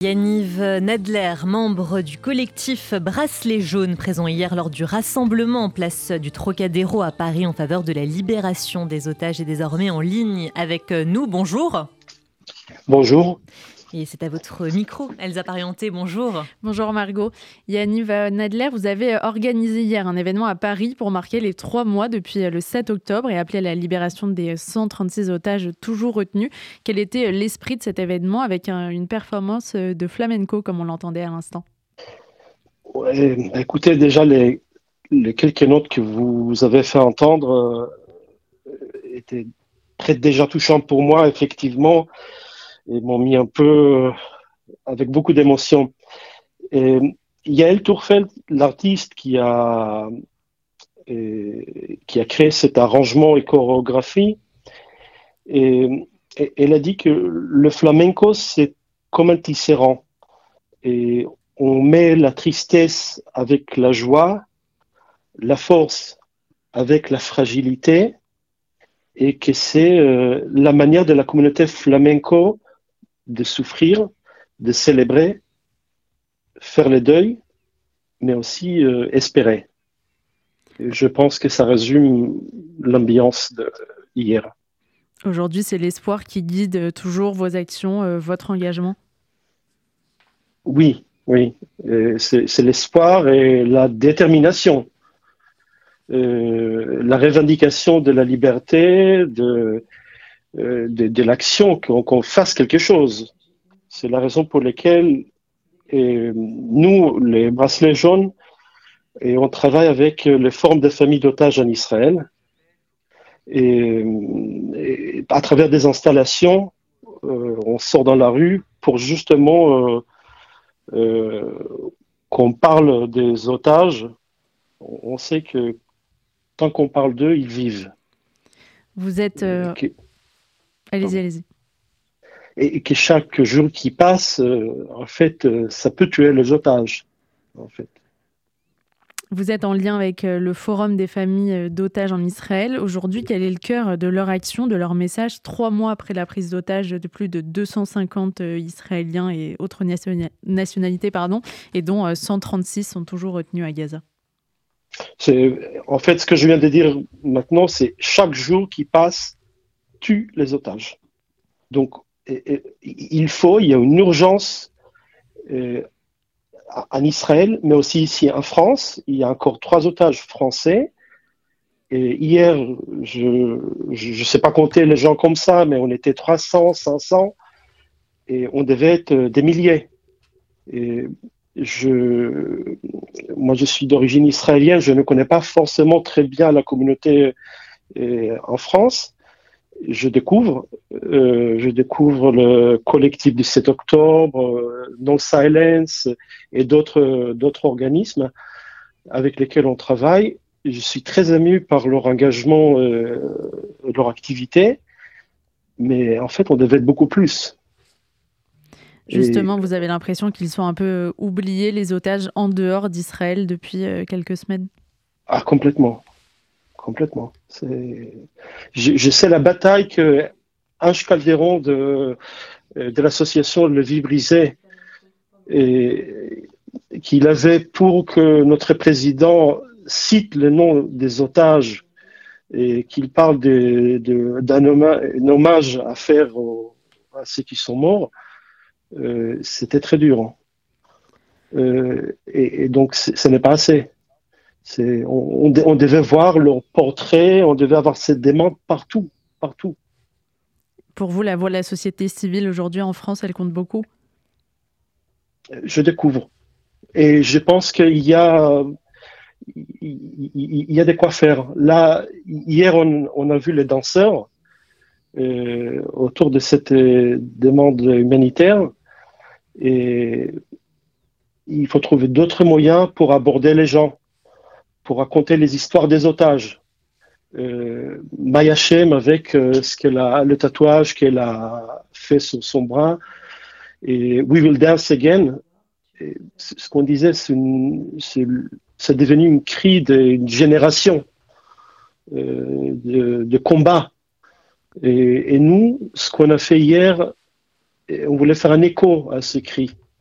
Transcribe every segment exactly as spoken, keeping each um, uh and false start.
Yaniv Nadler, membre du collectif Bracelet Jaune, présent hier lors du rassemblement en place du Trocadéro à Paris en faveur de la libération des otages, est désormais en ligne avec nous. Bonjour. Bonjour. Et c'est à votre micro, Elsa Parienté, bonjour. Bonjour Margot. Yaniv Nadler, vous avez organisé hier un événement à Paris pour marquer les trois mois depuis le sept octobre et appeler à la libération des cent trente-six otages toujours retenus. Quel était l'esprit de cet événement avec un, une performance de flamenco comme on l'entendait à l'instant? Ouais, écoutez, déjà les, les quelques notes que vous avez fait entendre euh, étaient très déjà touchantes pour moi, effectivement, et m'ont mis un peu euh, avec beaucoup d'émotion. Et Yael Tourfeld, l'artiste qui a, et, qui a créé cet arrangement et chorégraphie, et, et, elle a dit que le flamenco, c'est comme un tisserand. Et on met la tristesse avec la joie, la force avec la fragilité, et que c'est euh, la manière de la communauté flamenco de souffrir, de célébrer, faire le deuil, mais aussi euh, espérer. Et je pense que ça résume l'ambiance de hier. Aujourd'hui, c'est l'espoir qui guide toujours vos actions, euh, votre engagement? Oui, oui. Euh, c'est, c'est l'espoir et la détermination. Euh, la revendication de la liberté, de, euh, de, de l'action, qu'on, qu'on fasse quelque chose. C'est la raison pour laquelle et nous, les bracelets jaunes, et on travaille avec les formes de familles d'otages en Israël. Et, et à travers des installations, euh, on sort dans la rue pour justement euh, euh, qu'on parle des otages. On sait que tant qu'on parle d'eux, ils vivent. Vous êtes... Euh... Que, allez-y, allez-y. Et, et que chaque jour qui passe, euh, en fait, euh, ça peut tuer les otages, en fait. Vous êtes en lien avec le Forum des familles d'otages en Israël. Aujourd'hui, quel est le cœur de leur action, de leur message, trois mois après la prise d'otages de plus de deux cent cinquante Israéliens et autres nationalités, pardon, et dont cent trente-six sont toujours retenus à Gaza? C'est, en fait, ce que je viens de dire maintenant, c'est chaque jour qui passe tue les otages. Donc, et, et, il faut, il y a une urgence euh, en Israël, mais aussi ici en France. Il y a encore trois otages français. Et hier, je ne sais pas compter les gens comme ça, mais on était trois cents, cinq cents, et on devait être des milliers. Et je, moi, je suis d'origine israélienne, je ne connais pas forcément très bien la communauté euh, en France. Je découvre, euh, je découvre le collectif du sept octobre, euh, No Silence et d'autres, d'autres organismes avec lesquels on travaille. Je suis très ému par leur engagement, euh, leur activité, mais en fait, on devait être beaucoup plus. Justement, et... vous avez l'impression qu'ils sont un peu oubliés, les otages, en dehors d'Israël depuis quelques semaines? Ah, complètement. Complètement. C'est... Je, je sais la bataille que Ange Calderon de, de l'association Le Vie Brisée, et qu'il avait pour que notre président cite le nom des otages et qu'il parle de, de, d'un hommage à faire aux, à ceux qui sont morts, euh, c'était très dur. Euh, et, et donc, ce n'est pas assez. C'est, on, on devait voir leur portrait, on devait avoir cette demande partout, partout. Pour vous, la voix de la société civile aujourd'hui en France, elle compte beaucoup? Je découvre. Et je pense qu'il y a, il y a de quoi faire. Là, hier, on, on a vu les danseurs euh, autour de cette euh, demande humanitaire. Et il faut trouver d'autres moyens pour aborder les gens, pour raconter les histoires des otages. Euh, Maya Shem avec euh, ce qu'elle a, le tatouage qu'elle a fait sur son bras, et We Will Dance Again. Et ce qu'on disait, c'est, une, c'est, c'est devenu une cri d'une génération euh, de, de combat. Et, et nous, ce qu'on a fait hier, on voulait faire un écho à ce cri.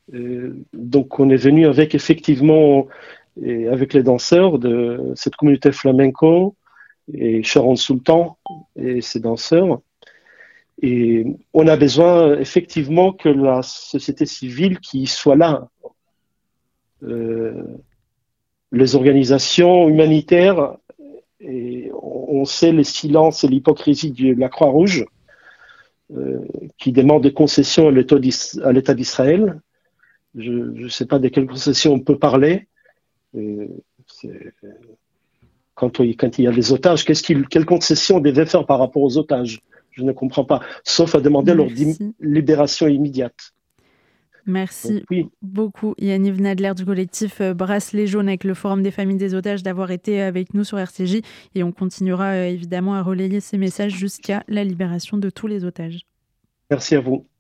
Euh, donc on est venu avec effectivement, et avec les danseurs de cette communauté flamenco et Sharon Sultan et ses danseurs. Et on a besoin effectivement que la société civile qui soit là. Euh, les organisations humanitaires, et on sait les silences et l'hypocrisie de la Croix-Rouge, euh, qui demande des concessions à l'État d'Israël. Je ne sais pas de quelles concessions on peut parler. Euh, quand, quand il y a les otages, qu'est-ce qu'il, quelles concessions on devait faire par rapport aux otages? Je ne comprends pas, sauf à demander Merci. leur libération immédiate. Merci Donc, oui. beaucoup Yaniv Nadler du collectif Bracelets Jaunes avec le Forum des familles des otages d'avoir été avec nous sur R C J, et on continuera évidemment à relayer ces messages jusqu'à la libération de tous les otages. Merci à vous.